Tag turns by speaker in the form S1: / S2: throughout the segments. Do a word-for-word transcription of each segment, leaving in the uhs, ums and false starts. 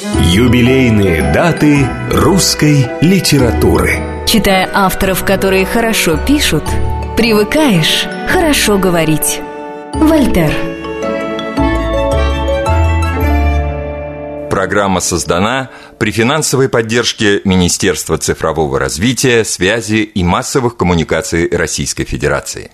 S1: Юбилейные даты русской литературы.
S2: Читая авторов, которые хорошо пишут, привыкаешь хорошо говорить. Вольтер.
S3: Программа создана при финансовой поддержке Министерства цифрового развития, связи и массовых коммуникаций Российской Федерации.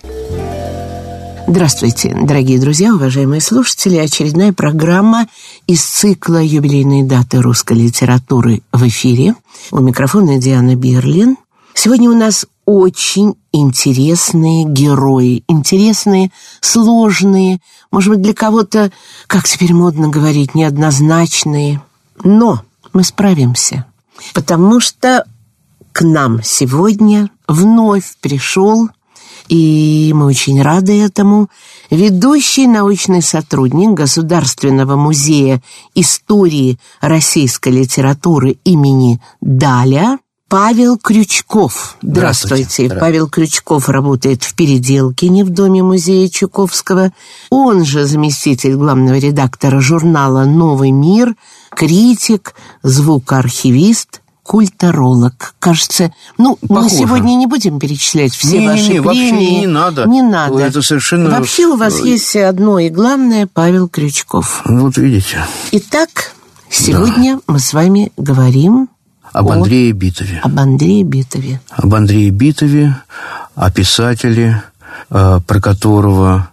S4: Здравствуйте, дорогие друзья, уважаемые слушатели. Очередная программа из цикла «Юбилейные даты русской литературы» в эфире. У микрофона Диана Берлин. Сегодня у нас очень интересные герои. Интересные, сложные, может быть, для кого-то, как теперь модно говорить, неоднозначные. Но мы справимся, потому что к нам сегодня вновь пришел, и мы очень рады этому, ведущий научный сотрудник Государственного музея истории российской литературы имени Даля Павел Крючков. Здравствуйте. Здравствуйте. Павел Крючков работает в Переделкине в Доме музея Чуковского. Он же заместитель главного редактора журнала «Новый мир», критик, звукоархивист, культуролог. Кажется, ну, похоже. Мы сегодня не будем перечислять все не, ваши
S5: не, не,
S4: премии.
S5: Вообще не надо.
S4: Не надо.
S5: Это совершенно...
S4: Вообще у вас есть одно и главное — Павел Крючков.
S5: Ну, вот видите.
S4: Итак, сегодня да. мы с вами говорим
S5: об
S4: о...
S5: Андрее Битове.
S4: Об Андрее Битове.
S5: Об Андрее Битове, о писателе, про которого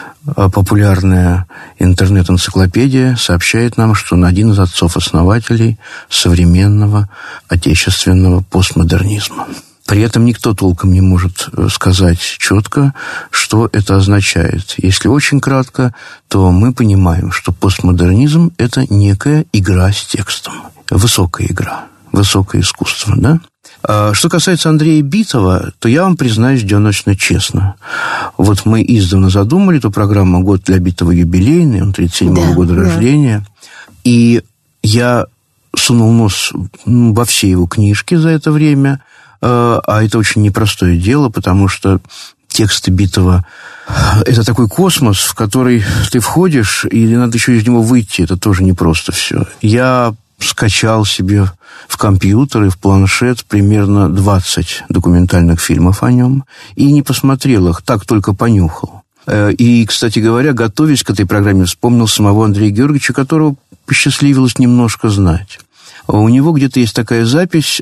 S5: популярная интернет-энциклопедия сообщает нам, что он один из отцов-основателей современного отечественного постмодернизма. При этом никто толком не может сказать четко, что это означает. Если очень кратко, то мы понимаем, что постмодернизм – это некая игра с текстом, высокая игра, высокое искусство, да? Что касается Андрея Битова, то я вам признаюсь достаточно честно. Вот мы издавна задумали эту программу «Год для Битова юбилейный», он тридцать седьмого да, года да. рождения, и я сунул нос во все его книжки за это время, а это очень непростое дело, потому что тексты Битова – это такой космос, в который ты входишь, и надо еще из него выйти, это тоже непросто все. Я скачал себе в компьютер и в планшет примерно двадцать документальных фильмов о нем и не посмотрел их, так только понюхал. И, кстати говоря, готовясь к этой программе, вспомнил самого Андрея Георгиевича, которого посчастливилось немножко знать. У него где-то есть такая запись,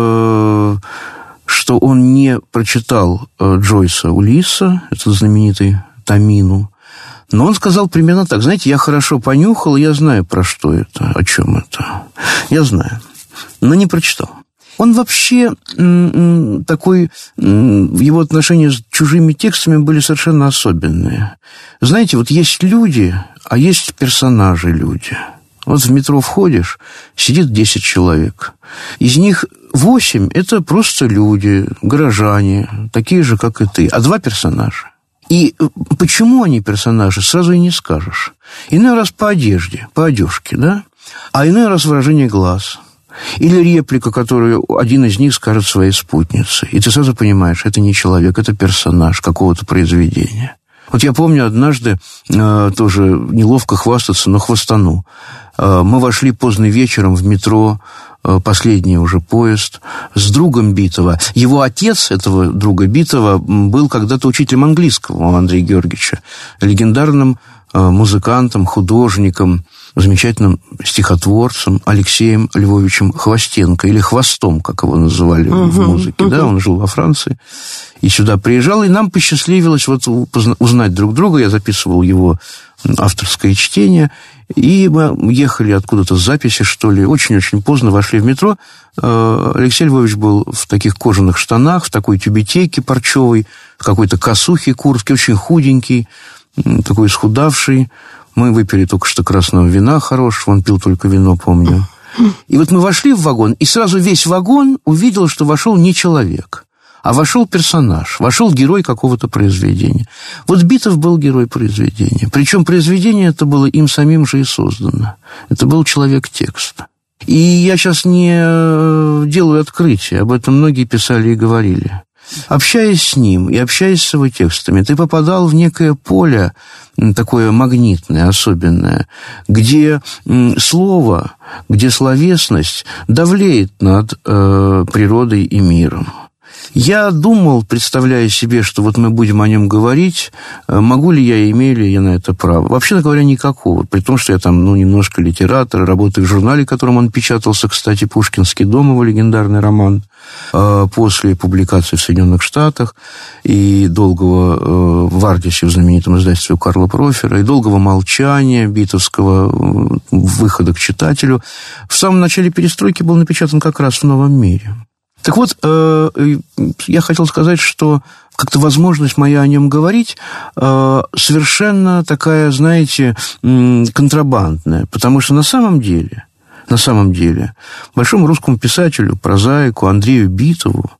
S5: что он не прочитал Джойса «Улисса», этот знаменитый Тамину, но он сказал примерно так: знаете, я хорошо понюхал, я знаю, про что это, о чем это. Я знаю, но не прочитал. Он вообще такой, его отношения с чужими текстами были совершенно особенные. Знаете, вот есть люди, а есть персонажи-люди. Вот в метро входишь, сидит десять человек. Из них восемь – это просто люди, горожане, такие же, как и ты, а два персонажа. И почему они персонажи, сразу и не скажешь. Иной раз по одежде, по одежке, да? А иной раз выражение глаз. Или реплика, которую один из них скажет своей спутнице. И ты сразу понимаешь, это не человек, это персонаж какого-то произведения. Вот я помню однажды, э, тоже неловко хвастаться, но хвастану. Э, мы вошли поздно вечером в метро, последний уже поезд, с другом Битова. Его отец, этого друга Битова, был когда-то учителем английского у Андрея Георгиевича, легендарным музыкантом, художником, замечательным стихотворцем Алексеем Львовичем Хвостенко, или Хвостом, как его называли uh-huh, в музыке. Uh-huh. Да, он жил во Франции и сюда приезжал, и нам посчастливилось вот узнать друг друга. Я записывал его авторское чтение, и мы ехали откуда-то с записи, что ли, очень-очень поздно вошли в метро. Алексей Львович был в таких кожаных штанах, в такой тюбетейке парчевой, в какой-то косухе, куртке, очень худенький, такой исхудавший. Мы выпили только что красного вина хорошего, он пил только вино, помню. И вот мы вошли в вагон, и сразу весь вагон увидел, что вошел не человек, а вошел персонаж, вошел герой какого-то произведения. Вот Битов был герой произведения. Причем произведение это было им самим же и создано. Это был человек текста. И я сейчас не делаю открытия, об этом многие писали и говорили. Общаясь с ним и общаясь с его текстами, ты попадал в некое поле, такое магнитное, особенное, где слово, где словесность давлеет над э, природой и миром. Я думал, представляя себе, что вот мы будем о нем говорить, могу ли я, имею ли я на это право. Вообще говоря, никакого. При том, что я там, ну, немножко литератор, работаю в журнале, в котором он печатался, кстати, «Пушкинский дом», его легендарный роман, после публикации в Соединенных Штатах, и долгого в Ардисе, в знаменитом издательстве у Карла Профера, и долгого молчания битовского, выхода к читателю. В самом начале перестройки был напечатан как раз в «Новом мире». Так вот, я хотел сказать, что как-то возможность моя о нем говорить совершенно такая, знаете, контрабандная, потому что на самом деле, на самом деле, большому русскому писателю, прозаику Андрею Битову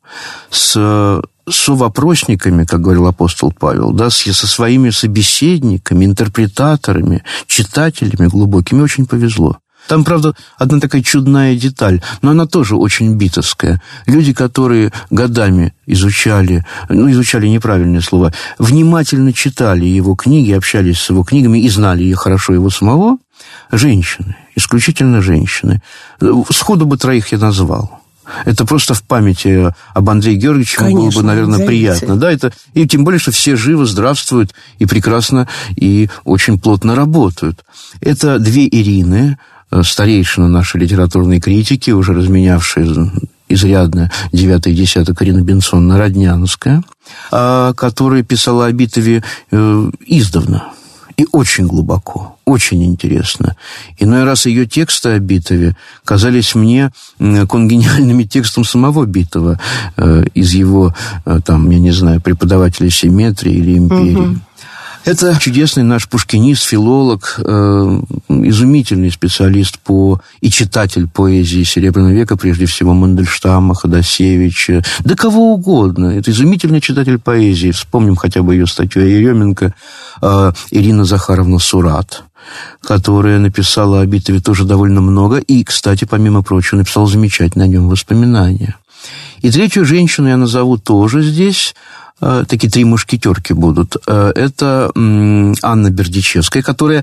S5: с совопросниками, как говорил апостол Павел, да, со своими собеседниками, интерпретаторами, читателями глубокими очень повезло. Там, правда, одна такая чудная деталь, но она тоже очень битовская. Люди, которые годами изучали, ну, изучали неправильные слова, внимательно читали его книги, общались с его книгами и знали ее хорошо его самого, женщины, исключительно женщины. Сходу бы троих я назвал. Это просто в памяти об Андрее Георгиевиче Конечно, было бы, наверное, зовите. приятно. Да, это, и тем более, что все живы, здравствуют и прекрасно, и очень плотно работают. Это две Ирины, старейшина нашей литературной критики, уже разменявшая изрядно девятый десяток, Ирина Бенсонна-Роднянская, которая писала о Битове издавна. И очень глубоко, очень интересно. Иной раз ее тексты о Битове казались мне конгениальными текстом самого Битова из его, там, я не знаю, преподавателя симметрии или империи. Угу. Это чудесный наш пушкинист, филолог, э, изумительный специалист по и читатель поэзии Серебряного века, прежде всего Мандельштама, Ходосевича, да кого угодно. Это изумительный читатель поэзии. Вспомним хотя бы ее статью о Еременко, э, Ирина Захаровна Сурат, которая написала о Битове тоже довольно много и, кстати, помимо прочего, написала замечательно о нем воспоминания. И третью женщину я назову тоже здесь. Такие три мушкетерки будут. Это Анна Бердичевская, которая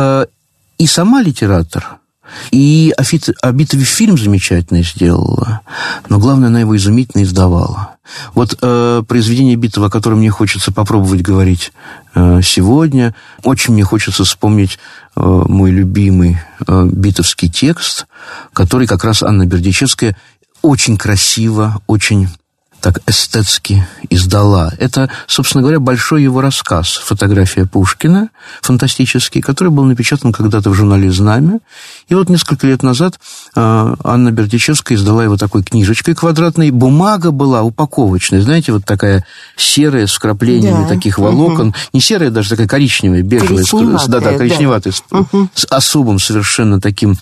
S5: и сама литератор, и о Битове фильм замечательный сделала, но главное, она его изумительно издавала. Вот произведение Битова, о котором мне хочется попробовать говорить сегодня, очень мне хочется вспомнить мой любимый битовский текст, который как раз Анна Бердичевская очень красиво, очень так эстетски издала. Это, собственно говоря, большой его рассказ «Фотография Пушкина», фантастический, который был напечатан когда-то в журнале «Знамя». И вот несколько лет назад э, Анна Бердичевская издала его такой книжечкой квадратной. Бумага была упаковочная, знаете, вот такая серая, с вкраплениями да. таких волокон. Угу. Не серая, даже такая коричневая, бежевая. Коричневатая, да, да, коричневатая, да. Угу. С особым совершенно таким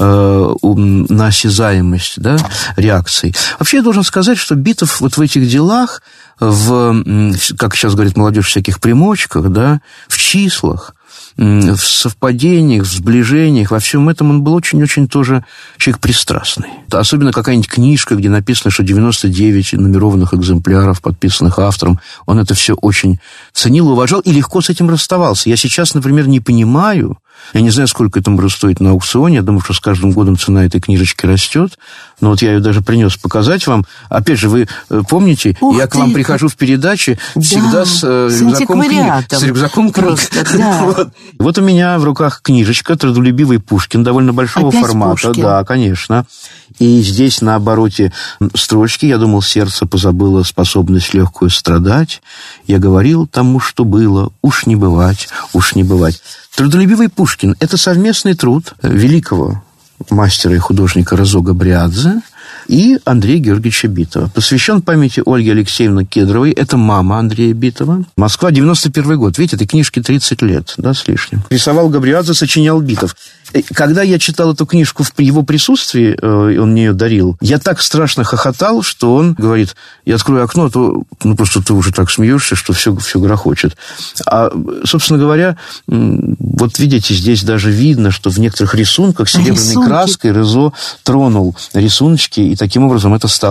S5: на осязаемость, да, реакций. Вообще я должен сказать, что Битов вот в этих делах, в, как сейчас говорит молодежь, в всяких примочках, да, в числах, в совпадениях, в сближениях, во всем этом он был очень-очень тоже человек пристрастный. Особенно какая-нибудь книжка, где написано, что девяносто девять нумерованных экземпляров, подписанных автором, он это все очень ценил, уважал и легко с этим расставался. Я сейчас, например, не понимаю, я не знаю, сколько это может стоить на аукционе, я думаю, что с каждым годом цена этой книжечки растет, но вот я ее даже принес показать вам. Опять же, вы помните, Ух я ты, к вам прихожу в передаче да, всегда с, с рюкзаком книг. С рюкзаком книг. Да. Вот. Вот у меня в руках книжечка «Трудолюбивый Пушкин», довольно большого Опять формата. Пушкин. Да, конечно. И здесь на обороте строчки, я думал, сердце позабыло способность легкую страдать. Я говорил тому, что было, уж не бывать, уж не бывать. «Трудолюбивый Пушкин» – это совместный труд великого мастера и художника Резо Габриадзе и Андрея Георгиевича Битова. Посвящен памяти Ольги Алексеевны Кедровой. Это мама Андрея Битова. Москва, девяносто первый год. Видите, этой книжке тридцать лет, да, с лишним. Рисовал Габриадзе, сочинял Битов. Когда я читал эту книжку в его присутствии, он мне ее дарил, я так страшно хохотал, что он говорит, я открою окно, а то ну, просто ты уже так смеешься, что все, все грохочет. А, собственно говоря, вот видите, здесь даже видно, что в некоторых рисунках серебряной Рисунки. краской Резо тронул рисуночки, и таким образом это стало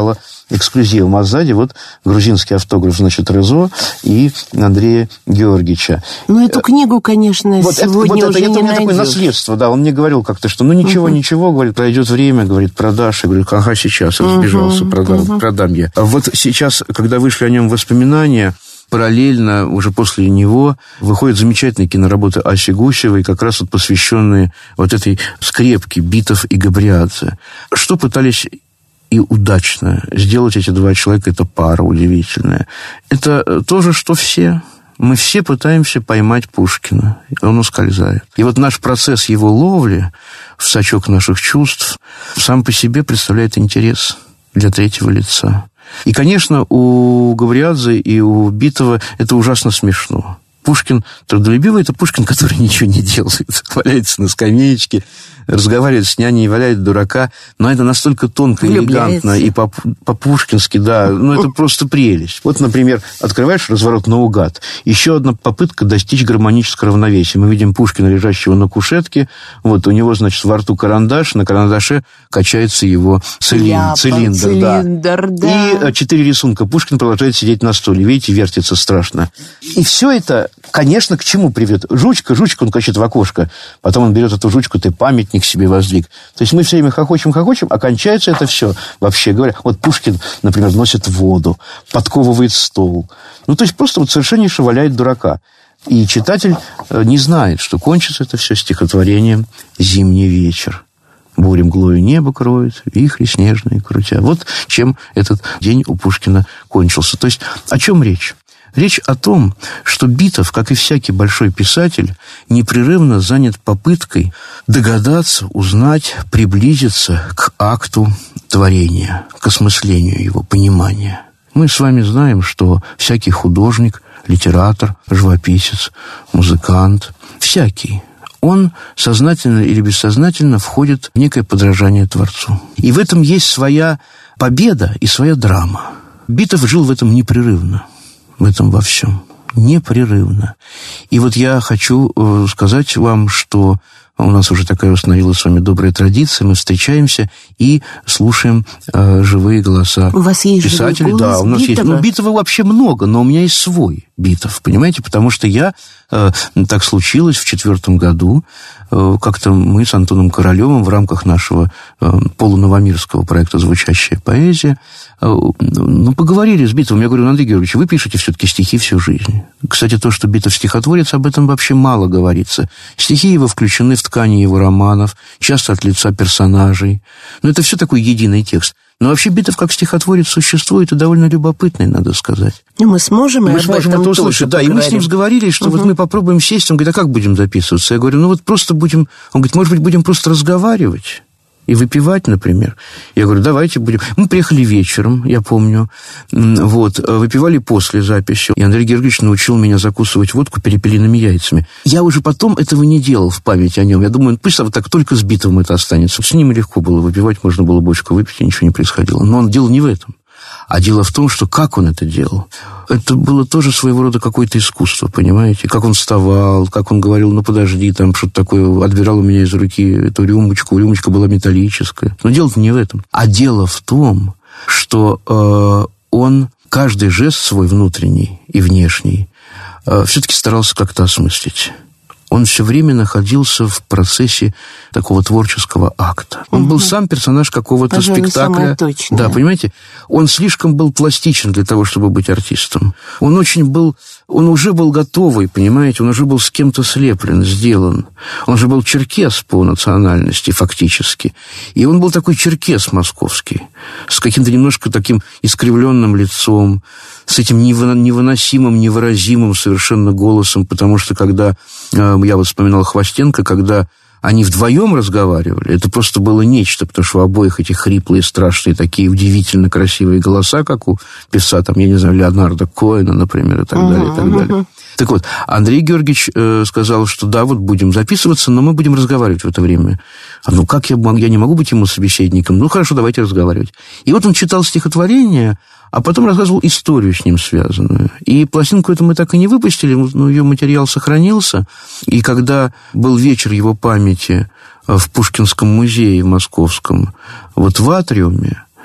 S5: эксклюзивом, а сзади вот грузинский автограф, значит, Резо и Андрея Георгиевича.
S4: Ну, эту книгу, конечно,
S5: вот
S4: сегодня
S5: это, вот
S4: уже
S5: это,
S4: не
S5: это у меня
S4: найдешь.
S5: такое наследство, да, он мне говорил как-то, что ну ничего, uh-huh. ничего, говорит, пройдет время, говорит, продашь. Я говорю, ага, сейчас, разбежался, uh-huh. продам, uh-huh. продам я. А вот сейчас, когда вышли о нем воспоминания, параллельно, уже после него, выходят замечательные киноработы Аси Гусевой, как раз вот посвященные вот этой скрепке Битов и Габриадзе. Что пытались и удачно сделать эти два человека, это пара удивительная. Это то же, что все. Мы все пытаемся поймать Пушкина, и он ускользает. И вот наш процесс его ловли в сачок наших чувств сам по себе представляет интерес для третьего лица. И, конечно, у Гавриадзе и у Битова это ужасно смешно. Пушкин трудолюбивый – это Пушкин, который ничего не делает, валяется на скамеечке, разговаривает с няней, валяет дурака, но это настолько тонко, элегантно и по-пушкински, да, ну это просто прелесть. Вот, например, открываешь разворот наугад, еще одна попытка достичь гармонического равновесия. Мы видим Пушкина, лежащего на кушетке, вот у него, значит, во рту карандаш, на карандаше качается его цилиндр, Ляпа, цилиндр, цилиндр да. да. И четыре рисунка. Пушкин продолжает сидеть на стуле, видите, вертится страшно. И все это, конечно, к чему приведет? Жучка, жучка, он кричит в окошко, потом он берет эту жучку, ты памятник себе воздвиг. То есть мы все время хохочем-хохочем, а кончается это все, вообще говоря. Вот Пушкин, например, носит воду, подковывает стол. Ну, то есть просто вот совершеннейше валяет дурака. И читатель не знает, что кончится это все стихотворением «Зимний вечер». Буря мглою небо кроет, вихри снежные крутя. Вот чем этот день у Пушкина кончился. То есть о чем речь? Речь о том, что Битов, как и всякий большой писатель, непрерывно занят попыткой догадаться, узнать, приблизиться к акту творения, к осмыслению его, понимания. Мы с вами знаем, что всякий художник, литератор, живописец, музыкант, всякий, он сознательно или бессознательно входит в некое подражание Творцу. И в этом есть своя победа и своя драма. Битов жил в этом непрерывно. В этом во всем. Непрерывно. И вот я хочу сказать вам, что у нас уже такая установилась с вами добрая традиция. Мы встречаемся и слушаем э, живые голоса
S4: у вас есть
S5: писателей.
S4: Живой голос
S5: да, у нас
S4: Битова?
S5: есть. Ну, Битова вообще много, но у меня есть свой Битов, понимаете? Потому что я, э, так случилось в четвертом году, э, как-то мы с Антоном Королевым в рамках нашего э, полуновомирского проекта «Звучащая поэзия» э, ну, поговорили с Битовым. Я говорю, Андрей Георгиевич, вы пишете все-таки стихи всю жизнь. Кстати, то, что Битов стихотворец, об этом вообще мало говорится. Стихи его включены в ткани его романов, часто от лица персонажей. Но это все такой единый текст. Но вообще Битов как стихотворец существует и довольно любопытный, надо сказать.
S4: И мы сможем,
S5: мы
S4: и
S5: сможем это услышать. Да, и мы с ним сговорились, что угу. вот мы попробуем сесть. Он говорит, а как будем записываться? Я говорю, ну вот просто будем... Он говорит, может быть, будем просто разговаривать и выпивать, например. Я говорю, давайте будем. Мы приехали вечером, я помню, вот, выпивали после записи. И Андрей Георгиевич научил меня закусывать водку перепелиными яйцами. Я уже потом этого не делал в память о нем. Я думаю, пусть вот так только с Битовым это останется. С ним легко было выпивать, можно было бочку выпить, и ничего не происходило. Но он дело не в этом. А дело в том, что как он это делал, это было тоже своего рода какое-то искусство, понимаете? Как он вставал, как он говорил, ну подожди, там что-то такое, отбирал у меня из руки эту рюмочку, рюмочка была металлическая. Но дело-то не в этом. А дело в том, что э, он каждый жест свой внутренний и внешний э, все-таки старался как-то осмыслить. Он все время находился в процессе такого творческого акта. Он угу. был сам персонаж какого-то Пожалуй, спектакля. Да, понимаете? Он слишком был пластичен для того, чтобы быть артистом. Он очень был... Он уже был готовый, понимаете? Он уже был с кем-то слеплен, сделан. Он же был черкес по национальности, фактически. И он был такой черкес московский, с каким-то немножко таким искривленным лицом, с этим невыносимым, невыразимым совершенно голосом, потому что когда... Я вот вспоминал Хвостенко, когда они вдвоем разговаривали, это просто было нечто, потому что у обоих эти хриплые, страшные, такие удивительно красивые голоса, как у певца, там, я не знаю, Леонардо Коэна, например, и так uh-huh, далее, и так uh-huh. далее. Так вот, Андрей Георгиевич э, сказал, что да, вот будем записываться, но мы будем разговаривать в это время. А ну как я, я не могу быть ему собеседником? Ну хорошо, давайте разговаривать. И вот он читал стихотворение, а потом рассказывал историю с ним связанную. И пластинку эту мы так и не выпустили, но ее материал сохранился. И когда был вечер его памяти в Пушкинском музее в Московском, вот в атриуме,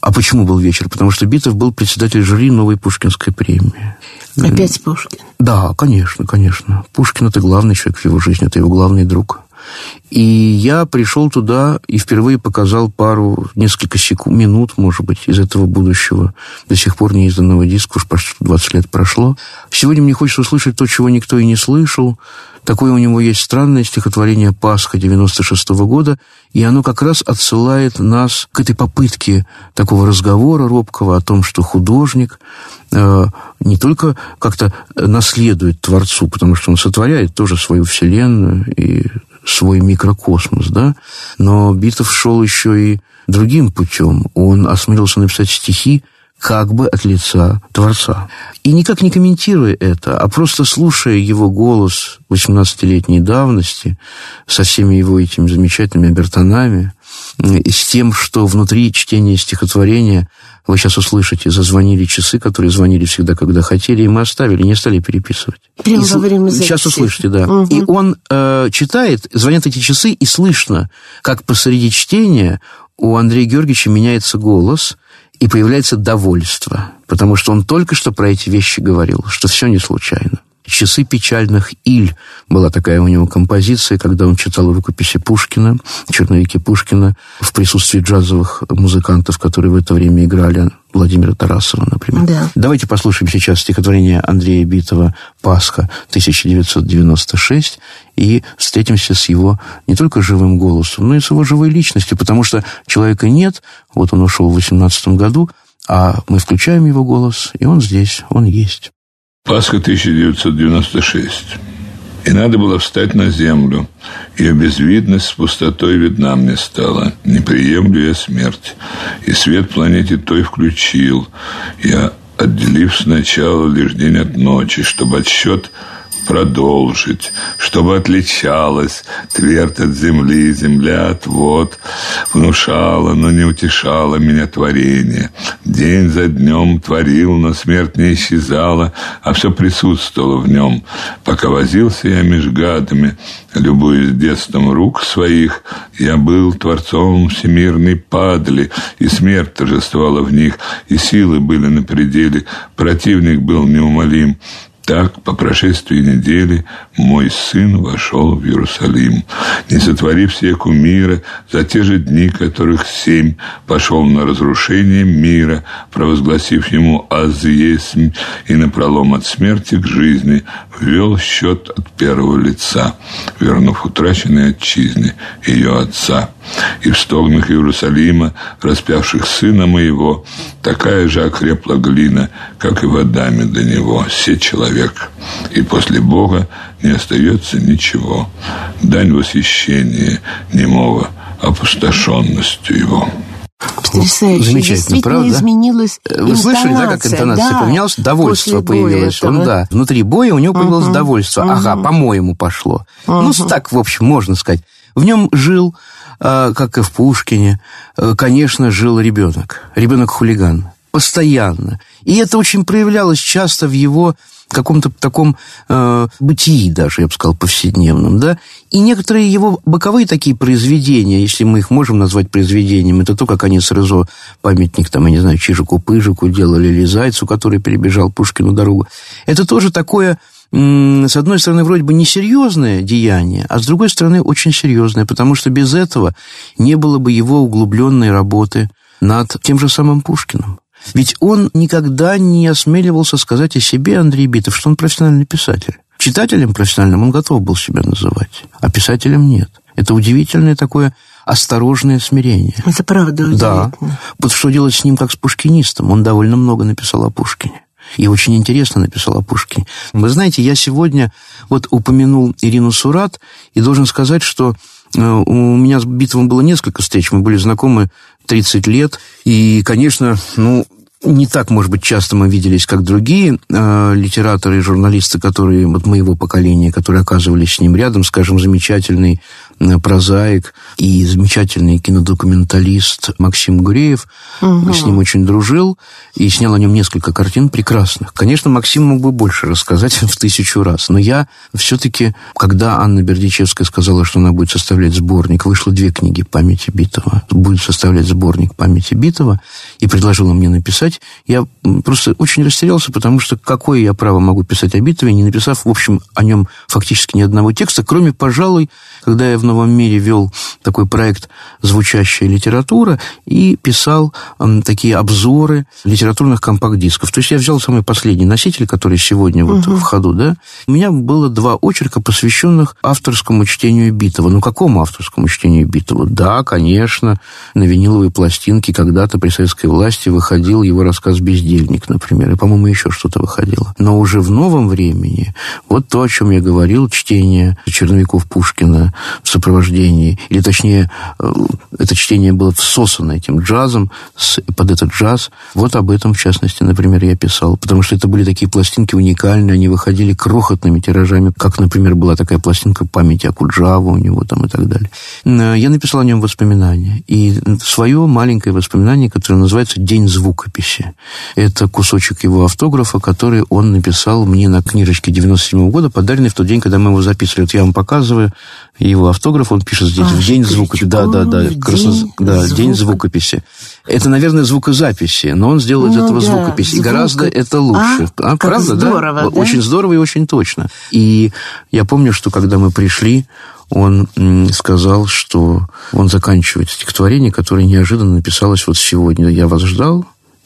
S5: А почему был вечер? Потому что Битов был председатель жюри новой Пушкинской премии.
S4: Опять Пушкин?
S5: Да, конечно, конечно. Пушкин – это главный человек в его жизни, это его главный друг. И я пришел туда и впервые показал пару, несколько секунд, минут, может быть, из этого будущего, до сих пор неизданного диска, уж почти двадцать лет прошло. Сегодня мне хочется услышать то, чего никто и не слышал. Такое у него есть странное стихотворение «Пасха» девяносто шестого года, и оно как раз отсылает нас к этой попытке такого разговора робкого о том, что художник э, не только как-то наследует Творцу, потому что он сотворяет тоже свою вселенную и свой микрокосмос, да, но Битов шел еще и другим путем. Он осмелился написать стихи как бы от лица Творца. И никак не комментируя это, а просто слушая его голос восемнадцатилетней давности со всеми его этими замечательными обертонами, и с тем, что внутри чтения стихотворения вы сейчас услышите, зазвонили часы, которые звонили всегда, когда хотели, и мы оставили, не стали переписывать.
S4: Прямо во время записи.
S5: Сейчас услышите, да. Угу. И он э, читает, звонят эти часы, и слышно, как посреди чтения у Андрея Георгиевича меняется голос, и появляется довольство, потому что он только что про эти вещи говорил, что все не случайно. «Часы печальных иль» была такая у него композиция, когда он читал рукописи Пушкина, черновики Пушкина, в присутствии джазовых музыкантов, которые в это время играли, Владимира Тарасова, например.
S4: Да.
S5: Давайте послушаем сейчас стихотворение Андрея Битова «Пасха» тысяча девятьсот девяносто шесть и встретимся с его не только живым голосом, но и с его живой личностью, потому что человека нет, вот он ушел в восемнадцатом году, а мы включаем его голос, и он здесь, он есть.
S6: Пасха тысяча девятьсот девяносто шесть. И надо было встать на землю. Ее безвидность с пустотой видна мне стала. Не приемлю я смерть. И свет планете той включил. Я, отделив сначала лишь день от ночи, чтобы отсчет продолжить, чтобы отличалась твердь от земли, земля от вод, внушала, но не утешала меня творение. День за днем творил, но смерть не исчезала, а все присутствовало в нем. Пока возился я меж гадами, любуясь детством рук своих, я был творцом всемирной падли, и смерть торжествовала в них, и силы были на пределе, противник был неумолим. Так, по прошествии недели, мой сын вошел в Иерусалим, не сотворив себе кумира, за те же дни, которых семь, пошел на разрушение мира, провозгласив ему «Аз есмь», и напролом от смерти к жизни ввел счет от первого лица, вернув утраченной отчизне ее отца. И в стогнах Иерусалима, распявших сына моего, такая же окрепла глина, как и водами до него, се человек. И после Бога не остается ничего. Дань восхищения немого опустошенностью его.
S4: Потрясающе.
S5: Замечательно, правда?
S4: Изменилась
S5: Вы слышали, да, как интонация
S4: да,
S5: поменялась? Довольство появилось. Он, да, внутри боя у него появилось uh-huh, довольство. Uh-huh. Ага, по-моему, пошло. Uh-huh. Ну, так, в общем, можно сказать. В нем жил, как и в Пушкине, конечно, жил ребенок. Ребенок-хулиган. Постоянно. И это очень проявлялось часто в его каком-то таком э, бытии даже, я бы сказал, повседневном, да. И некоторые его боковые такие произведения, если мы их можем назвать произведением, это то, как они с Рызо памятник, там, я не знаю, Чижику-Пыжику делали, или Зайцу, который перебежал Пушкину дорогу. Это тоже такое, м- с одной стороны, вроде бы несерьезное деяние, а с другой стороны, очень серьезное, потому что без этого не было бы его углубленной работы над тем же самым Пушкиным. Ведь он никогда не осмеливался сказать о себе, Андрей Битов, что он профессиональный писатель. Читателем профессиональным он готов был себя называть, а писателем нет. Это удивительное такое осторожное смирение.
S4: Это правда удивительно.
S5: Да. Вот что делать с ним, как с пушкинистом? Он довольно много написал о Пушкине. И очень интересно написал о Пушкине. Вы знаете, я сегодня вот упомянул Ирину Сурат, и должен сказать, что у меня с Битовым было несколько встреч, мы были знакомы тридцать лет, и, конечно, ну, не так, может быть, часто мы виделись, как другие э, литераторы и журналисты, которые, вот моего поколения, которые оказывались с ним рядом, скажем, замечательный прозаик и замечательный кинодокументалист Максим Гуреев. Угу. С ним очень дружил и снял о нем несколько картин прекрасных. Конечно, Максим мог бы больше рассказать в тысячу раз, но я все-таки, когда Анна Бердичевская сказала, что она будет составлять сборник, вышло две книги памяти Битова, будет составлять сборник памяти Битова, и предложила мне написать, я просто очень растерялся, потому что какое я право могу писать о Битове, не написав, в общем, о нем фактически ни одного текста, кроме, пожалуй, когда я в «Новом мире» вел такой проект «Звучащая литература» и писал э, такие обзоры литературных компакт-дисков. То есть я взял самый последний носитель, который сегодня вот угу. в ходу, да. У меня было два очерка, посвященных авторскому чтению Битова. Ну, какому авторскому чтению Битова? Да, конечно, на виниловой пластинке когда-то при советской власти выходил его рассказ «Бездельник», например, и, по-моему, еще что-то выходило. Но уже в новом времени вот то, о чем я говорил, чтение Черновиков-Пушкина в сопровождении, или точнее, это чтение было всосано этим джазом, под этот джаз, вот об этом, в частности, например, я писал, потому что это были такие пластинки уникальные, они выходили крохотными тиражами, как, например, была такая пластинка «Память Акуджава» у него там и так далее. Я написал о нем воспоминания, и свое маленькое воспоминание, которое называется «День звукописи». Это кусочек его автографа, который он написал мне на книжечке девяносто седьмого года, подаренный в тот день, когда мы его записывали. Вот я вам показываю его автограф, он пишет здесь а, в день звукописи. Да, да, да, день, красно... да звук... день звукописи. Это, наверное, звукозаписи, но он сделал из ну, этого да, звукопись, звук... и гораздо это лучше. А, а правда, здорово, да? да? Очень здорово и очень точно. И я помню, что когда мы пришли, он сказал, что он заканчивает стихотворение, которое неожиданно написалось вот сегодня. «Я вас ждал».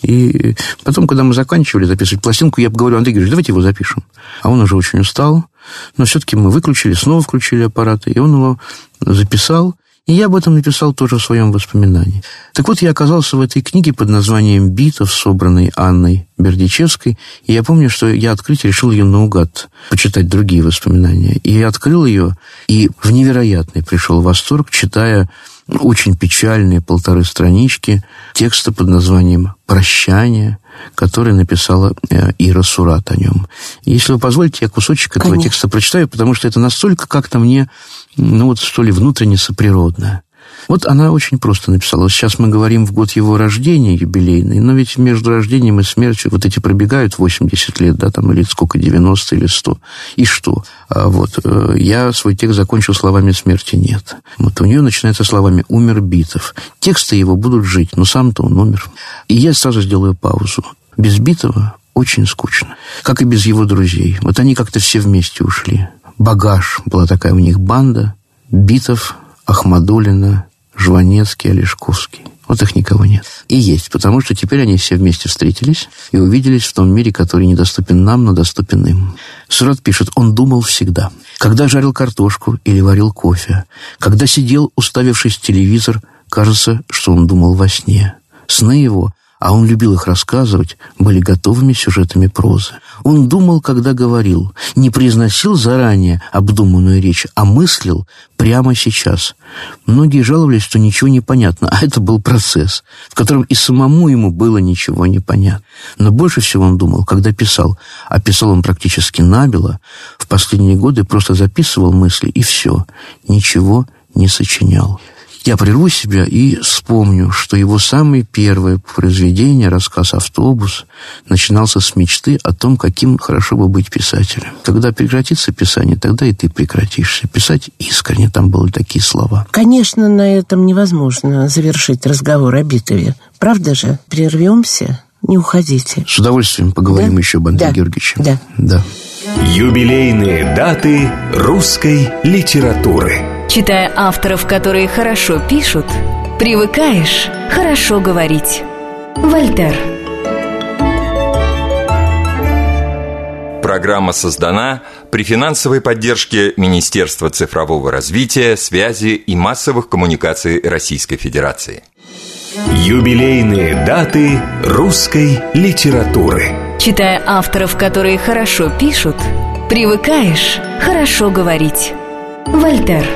S5: И потом, когда мы заканчивали записывать пластинку, я говорю: Андрей Георгиевич, давайте его запишем. А он уже очень устал. Но все-таки мы выключили, снова включили аппараты, и он его записал. И я об этом написал тоже в своем воспоминании. Так вот, я оказался в этой книге под названием «Битов», собранной Анной Бердичевской. И я помню, что я открыть решил ее наугад, почитать другие воспоминания. И я открыл ее, и в невероятный пришел восторг, читая очень печальные полторы странички текста под названием «Прощание», который написала Ира Сурат о нем. Если вы позволите, я кусочек этого Конечно. Текста прочитаю, потому что это настолько как-то мне, ну вот что ли, внутренне соприродно. Вот она очень просто написала. Сейчас мы говорим в год его рождения, юбилейный, но ведь между рождением и смертью вот эти пробегают восемьдесят лет, да, там, или сколько, девяносто или сто. И что? А вот я свой текст закончил словами «смерти нет». Вот у нее начинается словами «умер Битов». Тексты его будут жить, но сам-то он умер. И я сразу сделаю паузу. Без Битова очень скучно. Как и без его друзей. Вот они как-то все вместе ушли. «Багаж» была такая у них банда. Битов, Ахмадуллина, Жванецкий, Олешковский. Вот их никого нет. И есть, потому что теперь они все вместе встретились и увиделись в том мире, который недоступен нам, но доступен им. Сурат пишет: он думал всегда. Когда жарил картошку или варил кофе, когда сидел, уставившись в телевизор, кажется, что он думал во сне. Сны его, а он любил их рассказывать, были готовыми сюжетами прозы. Он думал, когда говорил, не произносил заранее обдуманную речь, а мыслил прямо сейчас. Многие жаловались, что ничего не понятно, а это был процесс, в котором и самому ему было ничего не понятно. Но больше всего он думал, когда писал, а писал он практически набело, в последние годы просто записывал мысли, и все, ничего не сочинял. Я прерву себя и вспомню, что его самое первое произведение, рассказ «Автобус», начинался с мечты о том, каким хорошо бы быть писателем. Когда прекратится писание, тогда и ты прекратишься. Писать искренне, там были такие слова.
S4: Конечно, на этом невозможно завершить разговор о Битове. Правда же? Прервемся, не уходите.
S5: С удовольствием поговорим да? еще об Андрея
S4: да.
S5: Георгиевиче.
S4: Да.
S5: да.
S1: Юбилейные даты русской литературы.
S2: Читая авторов, которые хорошо пишут, привыкаешь хорошо говорить. Вольтер.
S3: Программа создана при финансовой поддержке Министерства цифрового развития, связи и массовых коммуникаций Российской Федерации.
S1: Юбилейные даты русской литературы.
S2: Читая авторов, которые хорошо пишут, привыкаешь хорошо говорить. Вольтер.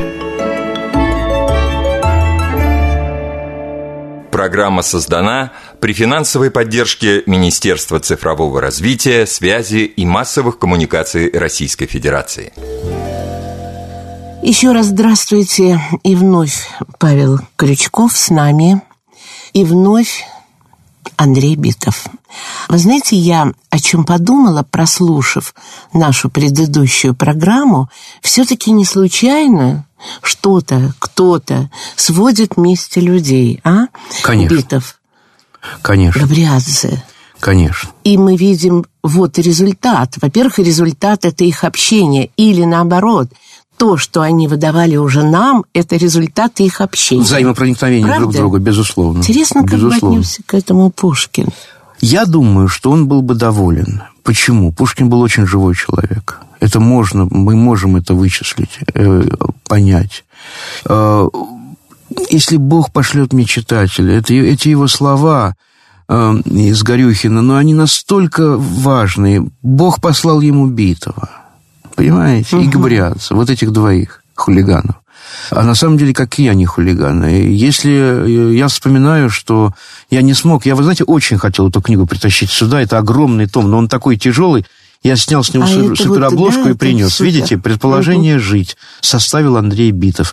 S3: Программа создана при финансовой поддержке Министерства цифрового развития, связи и массовых коммуникаций Российской Федерации.
S4: Еще раз здравствуйте. И вновь Павел Крючков с нами. И вновь Андрей Битов. Вы знаете, я о чем подумала, прослушав нашу предыдущую программу, все-таки не случайно что-то, кто-то сводит вместе людей, а?
S5: Конечно.
S4: Битов.
S5: Конечно.
S4: Габриадзе.
S5: Конечно.
S4: И мы видим вот результат. Во-первых, результат – это их общение. Или наоборот, то, что они выдавали уже нам, это результат их общения.
S5: Взаимопроникновение Правда? друг друга, безусловно.
S4: Интересно, как
S5: безусловно.
S4: бы отнесся к этому Пушкин.
S5: Я думаю, что он был бы доволен. Почему? Пушкин был очень живой человек. Это можно, мы можем это вычислить, э, понять. Э, если Бог пошлет мне читателя, это, эти его слова э, из Горюхина, но они настолько важные. Бог послал ему Битова. Понимаете? Угу. И Габриадзе. Вот этих двоих хулиганов. А на самом деле, какие они хулиганы? Если я вспоминаю, что я не смог... Я, вы знаете, очень хотел эту книгу притащить сюда. Это огромный том, но он такой тяжелый. Я снял с него а суперобложку вот, и да, принес. Супер. Видите, «Предположение угу. жить» составил Андрей Битов.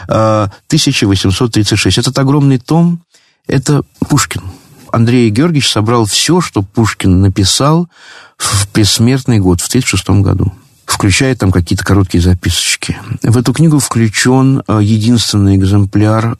S5: тысяча восемьсот тридцать шесть. Этот огромный том – это Пушкин. Андрей Георгиевич собрал все, что Пушкин написал в предсмертный год, в тридцать шестом году. Включая там какие-то короткие записочки. В эту книгу включен единственный экземпляр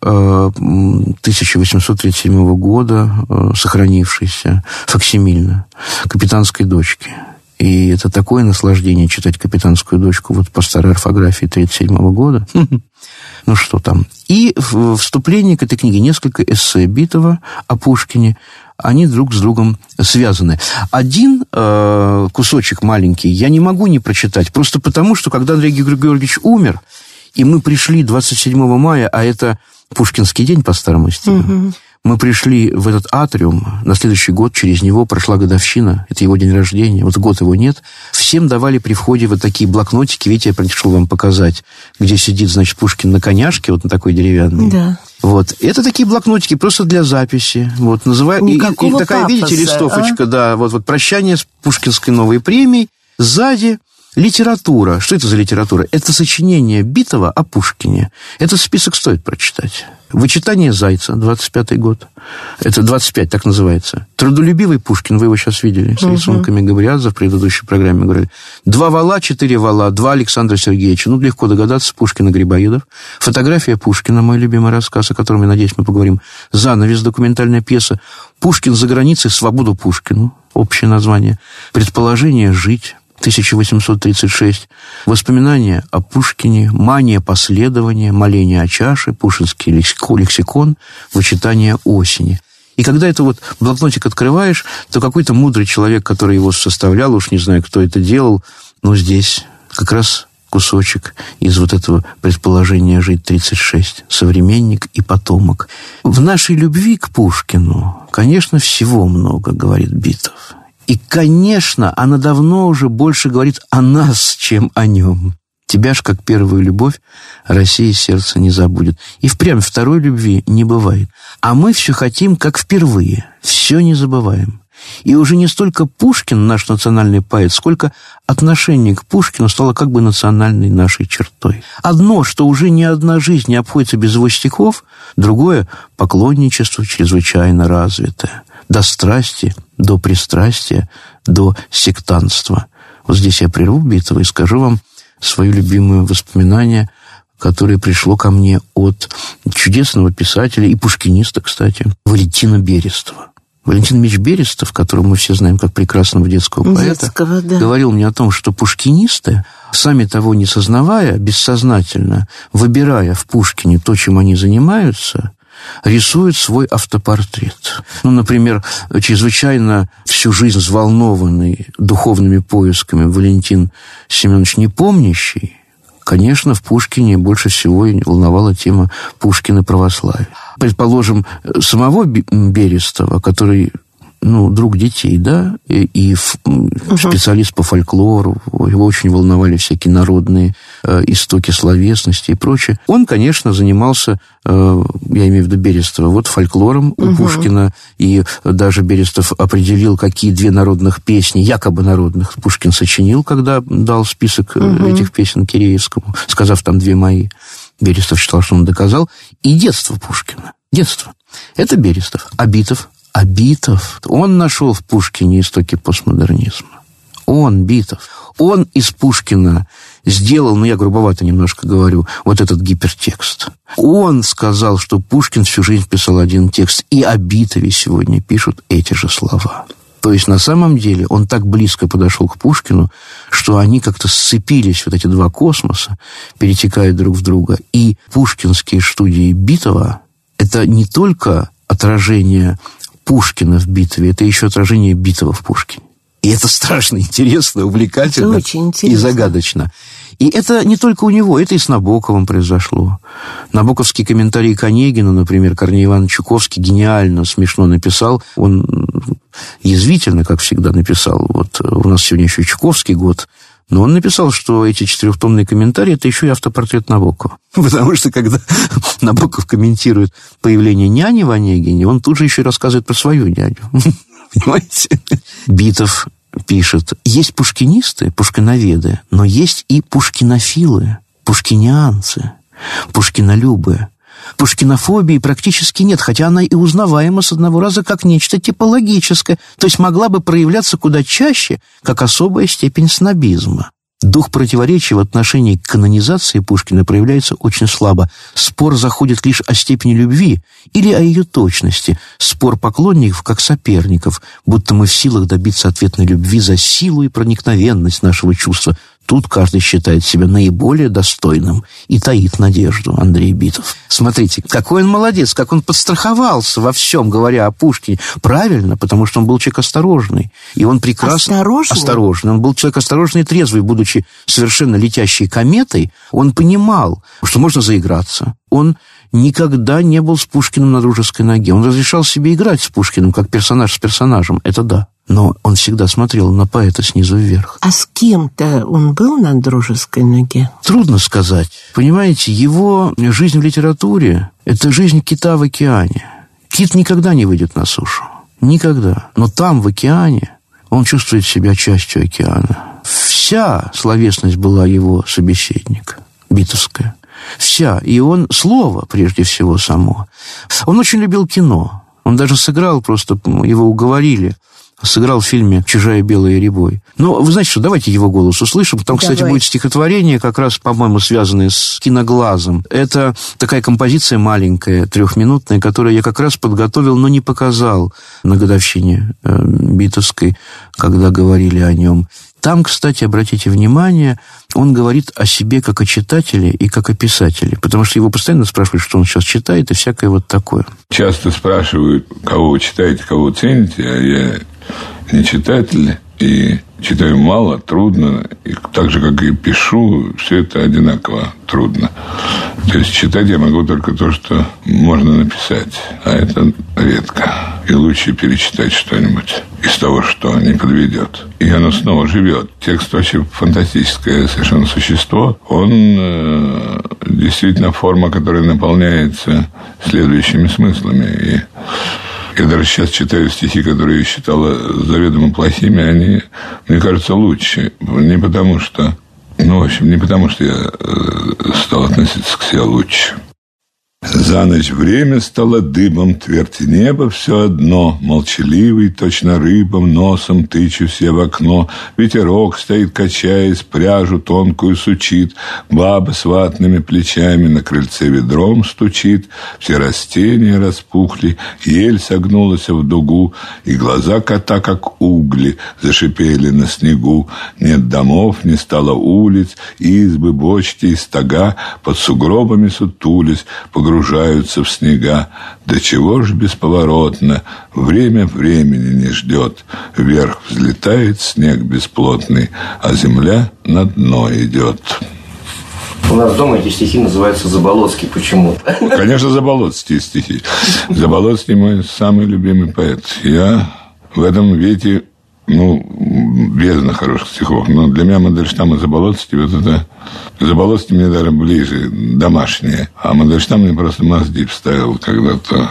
S5: тысяча восемьсот тридцать седьмого года, сохранившийся факсимильно, «Капитанской дочки». И это такое наслаждение читать «Капитанскую дочку» вот по старой орфографии тридцать седьмого года. Ну, что там. И в вступлении к этой книге несколько эссе Битова о Пушкине. Они друг с другом связаны. Один э, кусочек маленький я не могу не прочитать, просто потому, что когда Андрей Георгиевич умер, и мы пришли двадцать седьмого мая, а это Пушкинский день по старому стилю, угу. мы пришли в этот атриум, на следующий год через него прошла годовщина, это его день рождения, вот год его нет. Всем давали при входе вот такие блокнотики, видите, я пришел вам показать, где сидит, значит, Пушкин на коняшке, вот на такой деревянной. Да. Вот. Это такие блокнотики просто для записи. Вот, называют... и, и такая, пафоса, видите, листовочка, а? Да, вот, вот прощание с Пушкинской новой премией. Сзади литература. Что это за литература? Это сочинение Битова о Пушкине. Этот список стоит прочитать. «Вычитание Зайца», двадцать пятый год. Это двадцать пять, так называется. «Трудолюбивый Пушкин», вы его сейчас видели, с угу. рисунками Габриадзе в предыдущей программе говорили. «Два вала, четыре вала», два Александра Сергеевича. Ну, легко догадаться, Пушкин и Грибоедов. «Фотография Пушкина», мой любимый рассказ, о котором, я надеюсь, мы поговорим. «Занавес», документальная пьеса. «Пушкин за границей. Свободу Пушкину», общее название. «Предположение жить», тысяча восемьсот тридцать шесть. Воспоминания о Пушкине, «Мания последования», «Моление о чаше», «Пушкинский лексикон», «Вычитание осени». И когда это вот блокнотик открываешь, то какой-то мудрый человек, который его составлял, уж не знаю, кто это делал, но здесь как раз кусочек из вот этого «Предположения жить» тридцать шесть. Современник и потомок. В нашей любви к Пушкину, конечно, всего много, говорит Битов. И, конечно, она давно уже больше говорит о нас, чем о нем. Тебя ж, как первую любовь, Россия сердце не забудет. И впрямь второй любви не бывает. А мы все хотим, как впервые. Все не забываем. И уже не столько Пушкин, наш национальный поэт, сколько отношение к Пушкину стало как бы национальной нашей чертой. Одно, что уже ни одна жизнь не обходится без его стихов, другое – поклонничество чрезвычайно развитое. До страсти, до пристрастия, до сектантства. Вот здесь я прерву Битова и скажу вам свое любимое воспоминание, которое пришло ко мне от чудесного писателя и пушкиниста, кстати, Валентина Берестова. Валентин Ильич Берестов, которого мы все знаем как прекрасного детского поэта, Детского, да. говорил мне о том, что пушкинисты, сами того не сознавая, бессознательно, выбирая в Пушкине то, чем они занимаются, рисует свой автопортрет. Ну, например, чрезвычайно всю жизнь взволнованный духовными поисками Валентин Семенович Непомнящий, конечно, в Пушкине больше всего волновала тема Пушкина православия. Предположим, самого Берестова, который ну, друг детей, да, и, и uh-huh. специалист по фольклору, его очень волновали всякие народные э, истоки словесности и прочее. Он, конечно, занимался, э, я имею в виду Берестова, вот фольклором uh-huh. у Пушкина, и даже Берестов определил, какие две народных песни, якобы народных, Пушкин сочинил, когда дал список uh-huh. этих песен Киреевскому, сказав там две мои. Берестов считал, что он доказал. И детство Пушкина. Детство. Это Берестов. А Битов? А Битов, он нашел в Пушкине истоки постмодернизма. Он, Битов. Он из Пушкина сделал, ну, я грубовато немножко говорю, вот этот гипертекст. Он сказал, что Пушкин всю жизнь писал один текст, и о Битове сегодня пишут эти же слова. То есть, на самом деле, он так близко подошел к Пушкину, что они как-то сцепились, вот эти два космоса, перетекая друг в друга. И пушкинские студии Битова – это не только отражение Пушкина в Битове, это еще отражение Битова в Пушкине. И это страшно интересно, увлекательно и загадочно. И это не только у него, это и с Набоковым произошло. Набоковский комментарий к Онегину, например, Корней Иванович Чуковский гениально, смешно написал. Он язвительно, как всегда, написал. Вот у нас сегодня еще Чуковский год. Но он написал, что эти четырехтомные комментарии – это еще и автопортрет Набокова. Потому что, когда Набоков комментирует появление няни в Онегине, он тут же еще рассказывает про свою няню. Понимаете? Битов пишет, есть пушкинисты, пушкиноведы, но есть и пушкинофилы, пушкинианцы, пушкинолюбы. Пушкинофобии практически нет, хотя она и узнаваема с одного раза как нечто типологическое, то есть могла бы проявляться куда чаще, как особая степень снобизма. Дух противоречия в отношении к канонизации Пушкина проявляется очень слабо. Спор заходит лишь о степени любви или о ее точности. Спор поклонников как соперников, будто мы в силах добиться ответной любви за силу и проникновенность нашего чувства. Тут каждый считает себя наиболее достойным и таит надежду. Андрей Битов. Смотрите, какой он молодец, как он подстраховался во всем, говоря о Пушкине. Правильно, потому что он был человек осторожный. И он прекрасно...
S4: Осторожный?
S5: Осторожный. Он был человек осторожный и трезвый, будучи совершенно летящей кометой. Он понимал, что можно заиграться. Он никогда не был с Пушкиным на дружеской ноге. Он разрешал себе играть с Пушкиным, как персонаж с персонажем. Это да. Но он всегда смотрел на поэта снизу вверх.
S4: А с кем-то он был на дружеской ноге?
S5: Трудно сказать. Понимаете, его жизнь в литературе – это жизнь кита в океане. Кит никогда не выйдет на сушу. Никогда. Но там, в океане, он чувствует себя частью океана. Вся словесность была его собеседника, битовская. Вся. И он слово, прежде всего, само. Он очень любил кино. Он даже сыграл, просто его уговорили. Сыграл в фильме «Чужая белая рябой». Ну, вы знаете что, давайте его голос услышим. Там, кстати, Давай. будет стихотворение, как раз, по-моему, связанное с киноглазом. Это такая композиция маленькая, трехминутная, которую я как раз подготовил, но не показал на годовщине э, битовской, когда говорили о нем. Там, кстати, обратите внимание, он говорит о себе как о читателе и как о писателе, потому что его постоянно спрашивают, что он сейчас читает, и всякое вот такое.
S6: Часто спрашивают, кого вы читаете, кого вы цените, а я не читатель, и читаю мало, трудно, и так же, как и пишу, все это одинаково трудно. То есть читать я могу только то, что можно написать, а это редко. И лучше перечитать что-нибудь из того, что не подведет. И оно снова живет. Текст вообще фантастическое совершенно существо. Он э, действительно форма, которая наполняется следующими смыслами. И я даже сейчас читаю стихи, которые я считала заведомо плохими, они, мне кажется, лучше. Не потому что... Ну, в общем, не потому что я стал относиться к себе лучше. За ночь время стало дыбом, твердь неба все одно, молчаливый, точно рыбам, носом тычусь я в окно. Ветерок стоит, качаясь, пряжу тонкую сучит, баба с ватными плечами на крыльце ведром стучит. Все растения распухли, ель согнулась в дугу, и глаза кота, как угли, зашипели на снегу. Нет домов, не стало улиц, избы, бочки и стога под сугробами сутулись, погружаются в снега. Да чего ж бесповоротно, время времени не ждет. Вверх взлетает снег бесплотный, а земля на дно идет.
S7: У нас дома эти стихи называются Заболоцкий почему-то.
S6: Конечно, Заболоцкие стихи. Заболоцкий мой самый любимый поэт. Я в этом веке, ну, бездна хороших стихов. Но для меня Мандельштам и Заболоцкий, вот это... Заболоцкий мне даже ближе, домашнее. А Мандельштам мне просто мозги вставил когда-то.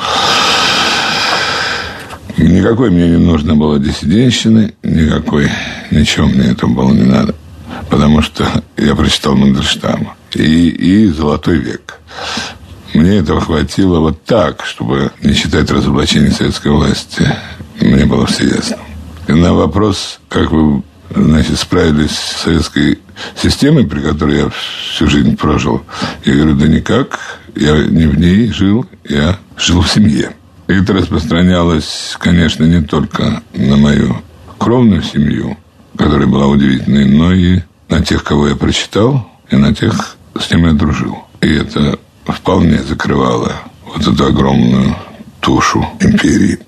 S6: Никакой мне не нужно было диссидентщины, никакой, ничего мне этого было не надо. Потому что я прочитал Мандельштама. И, и «Золотой век». Мне этого хватило вот так, чтобы не считать разоблачение советской власти. Мне было все ясно. И на вопрос, как вы, значит, справились с советской системой, при которой я всю жизнь прожил, я говорю, да никак. Я не в ней жил, я жил в семье. И это распространялось, конечно, не только на мою кровную семью, которая была удивительной, но и на тех, кого я прочитал, и на тех, с кем я дружил. И это вполне закрывало вот эту огромную тушу империи.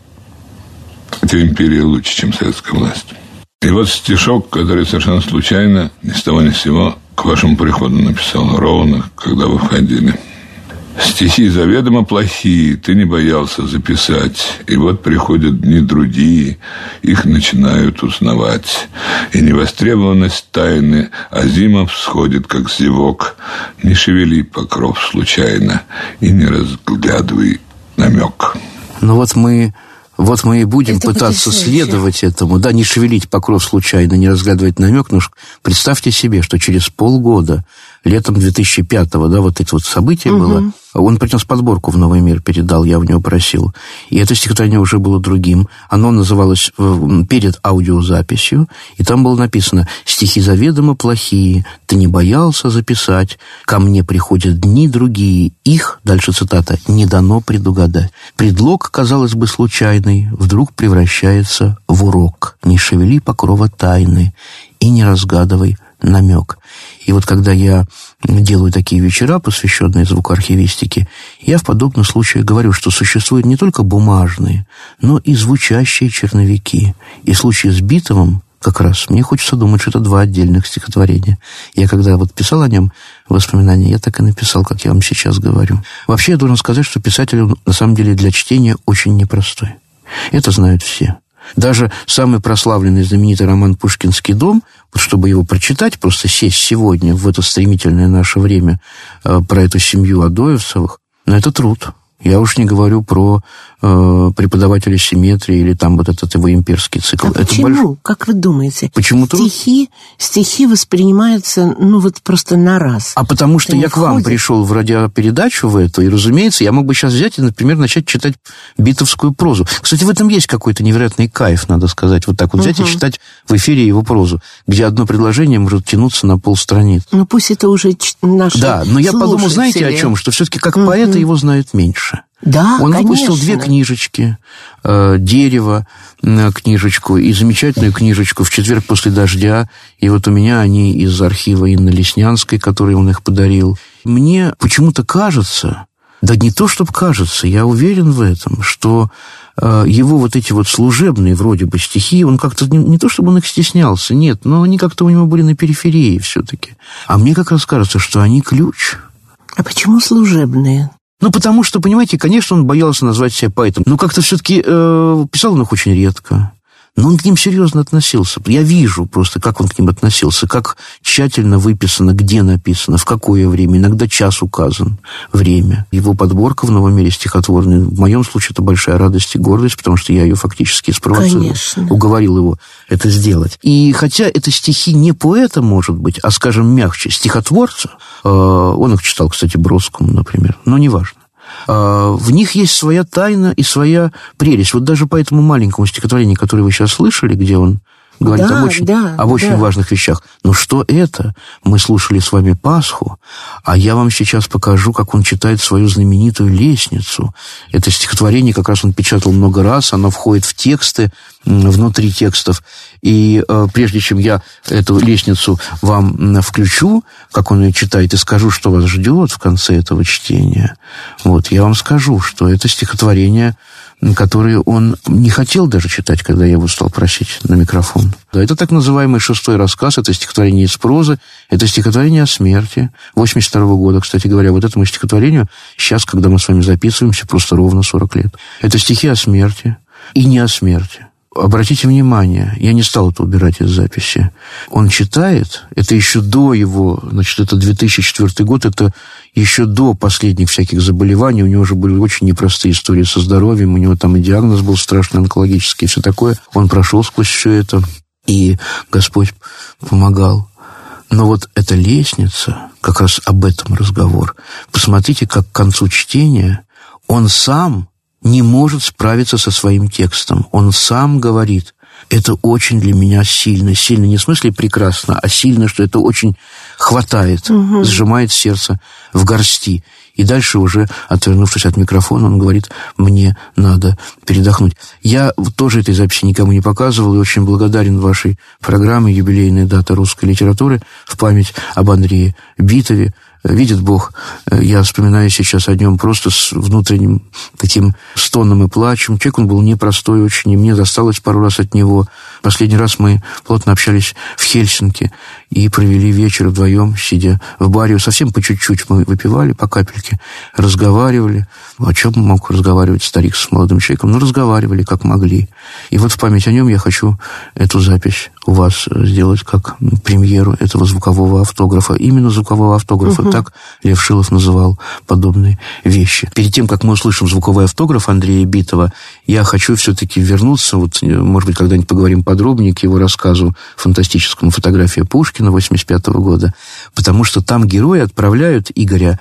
S6: Хотя империя лучше, чем советская власть. И вот стишок, который совершенно случайно, ни с того ни с сего, к вашему приходу написал, ровно, когда вы входили. Стихи заведомо плохие, ты не боялся записать. И вот приходят дни другие, их начинают узнавать. И невостребованность тайны, а зима всходит, как зевок. Не шевели покров случайно и не разглядывай намек.
S5: Ну вот мы... Вот мы и будем
S4: это
S5: пытаться
S4: потрясающе.
S5: следовать этому, да, не шевелить покров случайно, не разгадывать намек. Но представьте себе, что через полгода, летом две тысячи пятого, да, вот это вот событие угу. было, он принес подборку в «Новый мир», передал, я у него просил. И это стихотворение уже было другим. Оно называлось «Перед аудиозаписью», и там было написано «Стихи заведомо плохие, ты не боялся записать, ко мне приходят дни другие, их, дальше цитата, не дано предугадать. Предлог, казалось бы, случайный, вдруг превращается в урок. Не шевели покрова тайны и не разгадывай намек». И вот когда я делаю такие вечера, посвященные звукоархивистике, я в подобных случаях говорю, что существуют не только бумажные, но и звучащие черновики. И в случае с Битовым как раз мне хочется думать, что это два отдельных стихотворения. Я когда вот писал о нем воспоминания, я так и написал, как я вам сейчас говорю. Вообще я должен сказать, что писатель он, на самом деле для чтения очень непростой. Это знают все. Даже самый прославленный, знаменитый роман «Пушкинский дом», вот чтобы его прочитать, просто сесть сегодня в это стремительное наше время э, про эту семью Адоевцевых, но это труд. Я уж не говорю про э, преподавателя симметрии или там вот этот его имперский цикл.
S4: А
S5: это
S4: почему?
S5: Больш...
S4: Как вы думаете?
S5: Почему
S4: стихи, стихи воспринимаются, ну, вот просто на раз.
S5: А потому что
S4: это
S5: я к вам
S4: входит.
S5: пришел в радиопередачу в эту, и, разумеется, я мог бы сейчас взять и, например, начать читать битовскую прозу. Кстати, в этом есть какой-то невероятный кайф, надо сказать. Вот так вот взять угу. и читать в эфире его прозу, где одно предложение может тянуться на полстраниц.
S4: Ну, пусть это уже ч- наши
S5: Да, но я
S4: слушатели.
S5: подумал, знаете, о чем? Что все-таки как угу. поэта его знают меньше.
S4: Да,
S5: Он
S4: конечно.
S5: выпустил две книжечки, э, «Дерево» э, книжечку и замечательную книжечку «В четверг после дождя». И вот у меня они из архива Инны Леснянской, которой он их подарил. Мне почему-то кажется, да не то, чтобы кажется, я уверен в этом, что э, его вот эти вот служебные вроде бы стихи, он как-то, не, не то чтобы он их стеснялся, нет, но они как-то у него были на периферии все-таки. А мне как раз кажется, что они ключ.
S4: А почему служебные?
S5: Ну, потому что, понимаете, конечно, он боялся назвать себя поэтом. Но как-то все-таки э, писал он их очень редко. Но он к ним серьезно относился. Я вижу просто, как он к ним относился, как тщательно выписано, где написано, в какое время. Иногда час указан, время. Его подборка в «Новом мире» стихотворной, в моем случае, это большая радость и гордость, потому что я ее фактически спровоцировал,
S4: Конечно.
S5: уговорил его это сделать. И хотя это стихи не поэта, может быть, а, скажем, мягче, стихотворца, э, он их читал, кстати, Бродскому, например, но неважно. В них есть своя тайна и своя прелесть. Вот даже по этому маленькому стихотворению, которое вы сейчас слышали, где он говорит
S4: да,
S5: об очень,
S4: да,
S5: об очень
S4: да.
S5: важных вещах. Но что это? Мы слушали с вами Пасху, а я вам сейчас покажу, как он читает свою знаменитую «Лестницу». Это стихотворение как раз он печатал много раз, оно входит в тексты, внутри текстов. И э, прежде чем я эту «Лестницу» вам включу, как он ее читает, и скажу, что вас ждет в конце этого чтения, вот, я вам скажу, что это стихотворение, которые он не хотел даже читать, когда я его стал просить на микрофон. Да, это так называемый шестой рассказ, это стихотворение из прозы, это стихотворение о смерти восемьдесят второго года, кстати говоря. Вот этому стихотворению сейчас, когда мы с вами записываемся, просто ровно сорок лет. Это стихи о смерти и не о смерти. обратите внимание, я не стал это убирать из записи. Он читает, это еще до его, значит, это две тысячи четвёртый год, это еще до последних всяких заболеваний. У него уже были очень непростые истории со здоровьем, у него там и диагноз был страшный, онкологический, и все такое. Он прошел сквозь все это, и Господь помогал. Но вот эта лестница, как раз об этом разговор. Посмотрите, как к концу чтения он сам не может справиться со своим текстом. Он сам говорит, это очень для меня сильно. Сильно не в смысле прекрасно, а сильно, что это очень хватает, угу. сжимает сердце в горсти. И дальше уже, отвернувшись от микрофона, он говорит, мне надо передохнуть. Я тоже этой записи никому не показывал и очень благодарен вашей программе «Юбилейная дата русской литературы» в память об Андрее Битове. Видит Бог, я вспоминаю сейчас о нем просто с внутренним таким стоном и плачем. Человек он был непростой очень, и мне досталось пару раз от него. Последний раз мы плотно общались в Хельсинки и провели вечер вдвоем, сидя в баре. Совсем по чуть-чуть мы выпивали, по капельке, разговаривали. О чем мог разговаривать старик с молодым человеком? Ну, разговаривали, как могли. И вот в память о нем я хочу эту запись у вас сделать как премьеру этого звукового автографа. Именно звукового автографа. Угу. Так Лев Шилов называл подобные вещи. Перед тем, как мы услышим звуковой автограф Андрея Битова, я хочу все-таки вернуться, вот, может быть, когда-нибудь поговорим подробнее к его рассказу фантастическому «Фотография Пушкина» восемьдесят пятого года, потому что там герои отправляют Игоря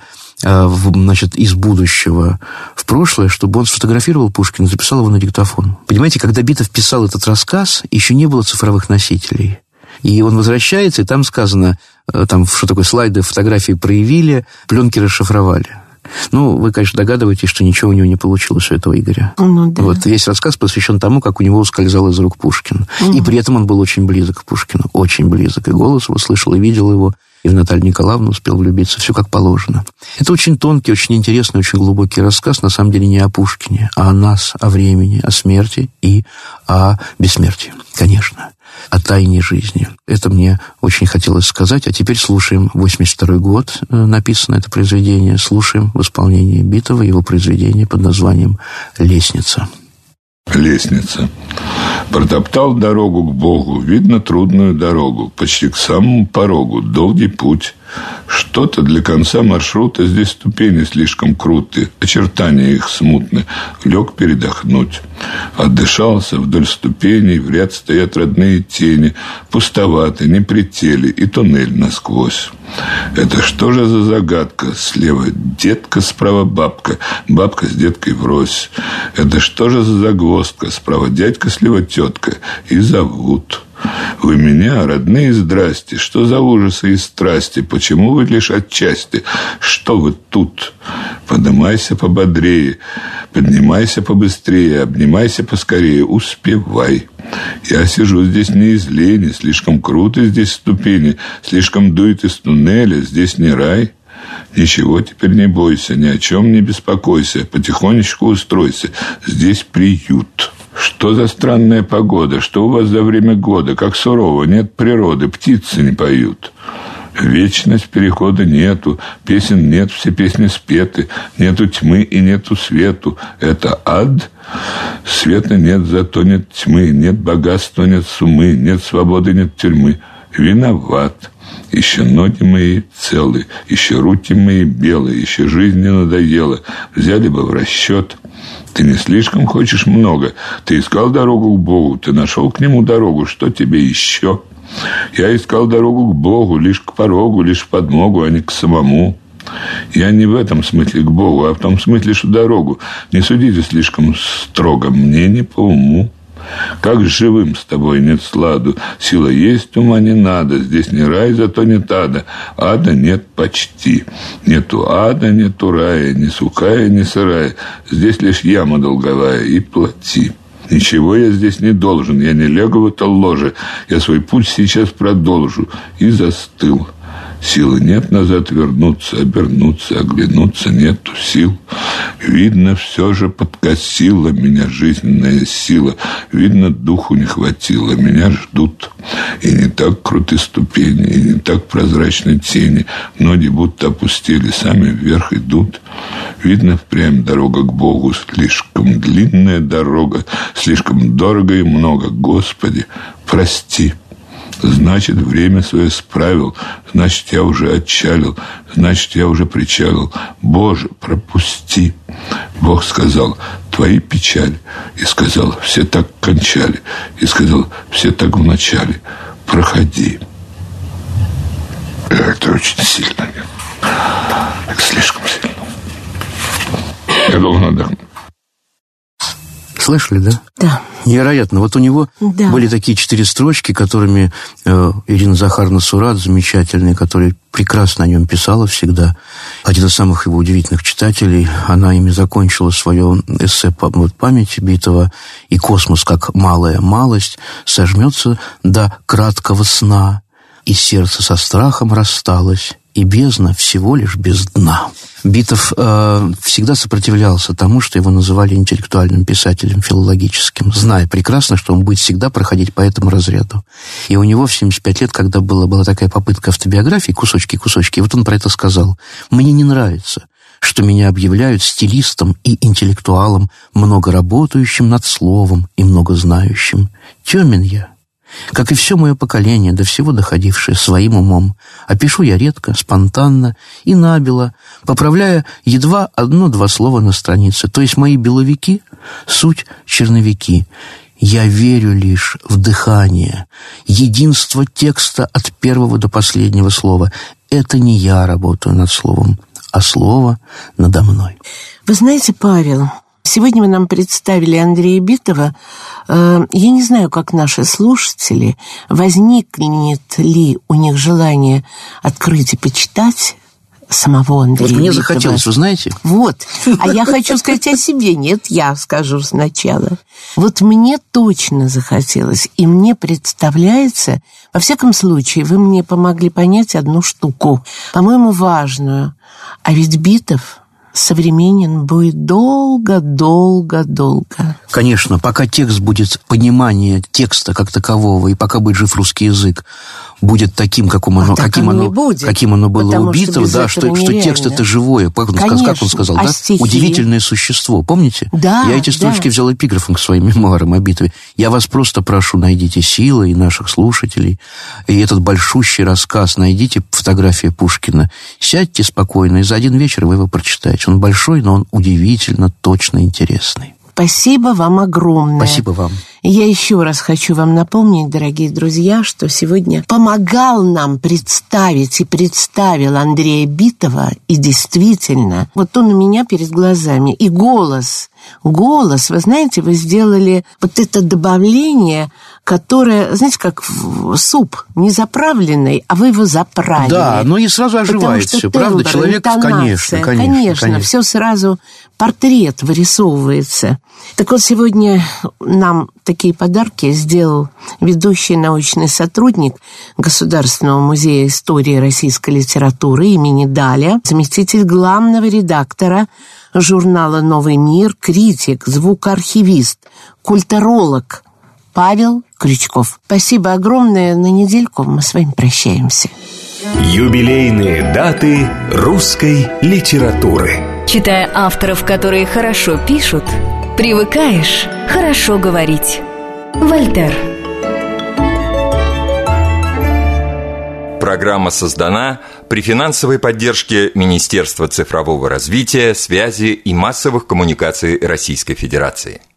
S5: значит, из будущего в прошлое, чтобы он сфотографировал Пушкина, записал его на диктофон. Понимаете, когда Битов писал этот рассказ, еще не было цифровых носителей. И он возвращается, и там сказано, там, что такое, слайды, фотографии проявили, пленки расшифровали. Ну, вы, конечно, догадываетесь, что ничего у него не получилось у этого Игоря.
S4: Ну, да.
S5: Вот весь рассказ посвящен тому, как у него ускользал из рук Пушкин. Угу. И при этом он был очень близок к Пушкину, очень близок. И голос его слышал, и видел его, и в Наталью Николаевну успел влюбиться. Все как положено. Это очень тонкий, очень интересный, очень глубокий рассказ, на самом деле не о Пушкине, а о нас, о времени, о смерти и о бессмертии, конечно. О тайне жизни. Это мне очень хотелось сказать. А теперь слушаем восемьдесят второй год, написано это произведение. Слушаем в исполнении Битова его произведение под названием «Лестница».
S6: Лестница. Протоптал дорогу к Богу, видно трудную дорогу, почти к самому порогу, долгий путь. Что-то для конца маршрута, здесь ступени слишком крутые, очертания их смутны, лег передохнуть. Отдышался, вдоль ступеней в ряд стоят родные тени, пустоваты, не прители, и туннель насквозь. Это что же за загадка? Слева детка, справа бабка, бабка с деткой врозь. Это что же за загвоздка? Справа дядька, слева тетка, и зовут. Вы меня, родные, здрасте, что за ужасы и страсти, почему вы лишь отчасти, что вы тут? Поднимайся пободрее, поднимайся побыстрее, обнимайся поскорее, успевай. Я сижу здесь не из лени, слишком круто здесь ступени, слишком дует из туннеля, здесь не рай. Ничего теперь не бойся, ни о чем не беспокойся, потихонечку устройся, здесь приют. Что за странная погода? Что у вас за время года? Как сурово, нет природы, птицы не поют. Вечность перехода нету, песен нет, все песни спеты, нету тьмы и нету свету. Это ад? Света нет, зато нет тьмы, нет богатства, нет сумы, нет свободы, нет тюрьмы. Виноват. Еще ноги мои целы, еще руки мои белые, еще жизнь не надоела. Взяли бы в расчет. Ты не слишком хочешь много. Ты искал дорогу к Богу, ты нашел к Нему дорогу. Что тебе еще? Я искал дорогу к Богу, лишь к порогу, лишь в подмогу, а не к самому. Я не в этом смысле к Богу, а в том смысле, что дорогу. Не судите слишком строго, мне не по уму. Как с живым с тобой нет сладу, сила есть, ума не надо, здесь не рай, зато нет ада, ада нет почти. Нету ада, нету рая, ни сухая, ни сырая, здесь лишь яма долговая, и плати. Ничего я здесь не должен, я не лягу в это ложе, я свой путь сейчас продолжу, и застыл. Силы нет назад вернуться, обернуться, оглянуться, нету сил. Видно, все же подкосила меня жизненная сила. Видно, духу не хватило, меня ждут. И не так круты ступени, и не так прозрачны тени. Ноги будто опустили, сами вверх идут. Видно, впрямь дорога к Богу, слишком длинная дорога, слишком дорого и много. Господи, прости. Значит, время свое справил. Значит, я уже отчалил. Значит, я уже причалил. Боже, пропусти. Бог сказал: твои печали. И сказал: все так кончали. И сказал: все так вначале. Проходи. Это очень сильно. Слишком сильно. Я должен отдохнуть.
S5: Слышали, да?
S4: Да.
S5: Невероятно. Вот у него
S4: да.
S5: были такие четыре строчки, которыми э, Ирина Захаровна Сурат, замечательная, которая прекрасно о нем писала всегда. Один из самых его удивительных читателей. Она ими закончила свое эссе по вот, памяти Битова. И космос, как малая малость, сожмется до краткого сна, и сердце со страхом рассталось, и бездна всего лишь без дна. Битов э, всегда сопротивлялся тому, что его называли интеллектуальным писателем, филологическим, зная прекрасно, что он будет всегда проходить по этому разряду. И у него в семьдесят пять лет, когда была, была такая попытка автобиографии, кусочки-кусочки, вот он про это сказал: «Мне не нравится, что меня объявляют стилистом и интеллектуалом, много работающим над словом и много знающим. Темен я, как и все мое поколение, до всего доходившее своим умом. А пишу я редко, спонтанно и набело, поправляя едва одно-два слова на странице. То есть мои беловики — суть черновики. Я верю лишь в дыхание, единство текста от первого до последнего слова. Это не я работаю над словом, а слово надо мной».
S4: Вы знаете, Павел, сегодня вы нам представили Андрея Битова. Я не знаю, как наши слушатели, возникнет ли у них желание открыть и почитать самого Андрея
S5: Вот мне
S4: Битова.
S5: захотелось, вы знаете?
S4: Вот. А я хочу сказать о себе. Нет, я скажу сначала. Вот мне точно захотелось, и мне представляется, во всяком случае, вы мне помогли понять одну штуку, по-моему, важную. А ведь Битов современен будет долго-долго-долго.
S5: Конечно, пока текст будет, понимание текста как такового, и пока будет жив русский язык, будет таким, каким оно,
S4: а
S5: каким оно,
S4: будет,
S5: каким оно было
S4: потому
S5: у Битова,
S4: что
S5: да, что, что текст это живое, как он,
S4: Конечно,
S5: как он сказал,
S4: а
S5: да?
S4: стихи? Удивительное
S5: существо, помните?
S4: Да,
S5: я эти строчки
S4: да.
S5: взял эпиграфом к своим мемуарам о Битове. Я вас просто прошу, найдите силы и наших слушателей, и этот большущий рассказ, найдите фотографии Пушкина, сядьте спокойно, и за один вечер вы его прочитаете. Он большой, но он удивительно точно интересный.
S4: Спасибо вам огромное.
S5: Спасибо вам.
S4: Я еще раз хочу вам напомнить, дорогие друзья, что сегодня помогал нам представить и представил Андрея Битова, и действительно, вот он у меня перед глазами, и голос, голос, вы знаете, вы сделали вот это добавление, которое, знаете, как суп не заправленный, а вы его заправили.
S5: Да, но и сразу оживает все, правда? Человек, конечно, конечно,
S4: конечно, конечно, все сразу, портрет вырисовывается. Так вот, сегодня нам такие подарки сделал ведущий научный сотрудник Государственного музея истории российской литературы имени Даля, заместитель главного редактора журнала «Новый мир», критик, звукоархивист, культуролог Павел Крючков. Спасибо огромное. На недельку мы с вами прощаемся.
S1: Юбилейные даты русской литературы.
S2: Читая авторов, которые хорошо пишут, привыкаешь хорошо говорить. Вольтер.
S3: Программа создана при финансовой поддержке Министерства цифрового развития, связи и массовых коммуникаций Российской Федерации.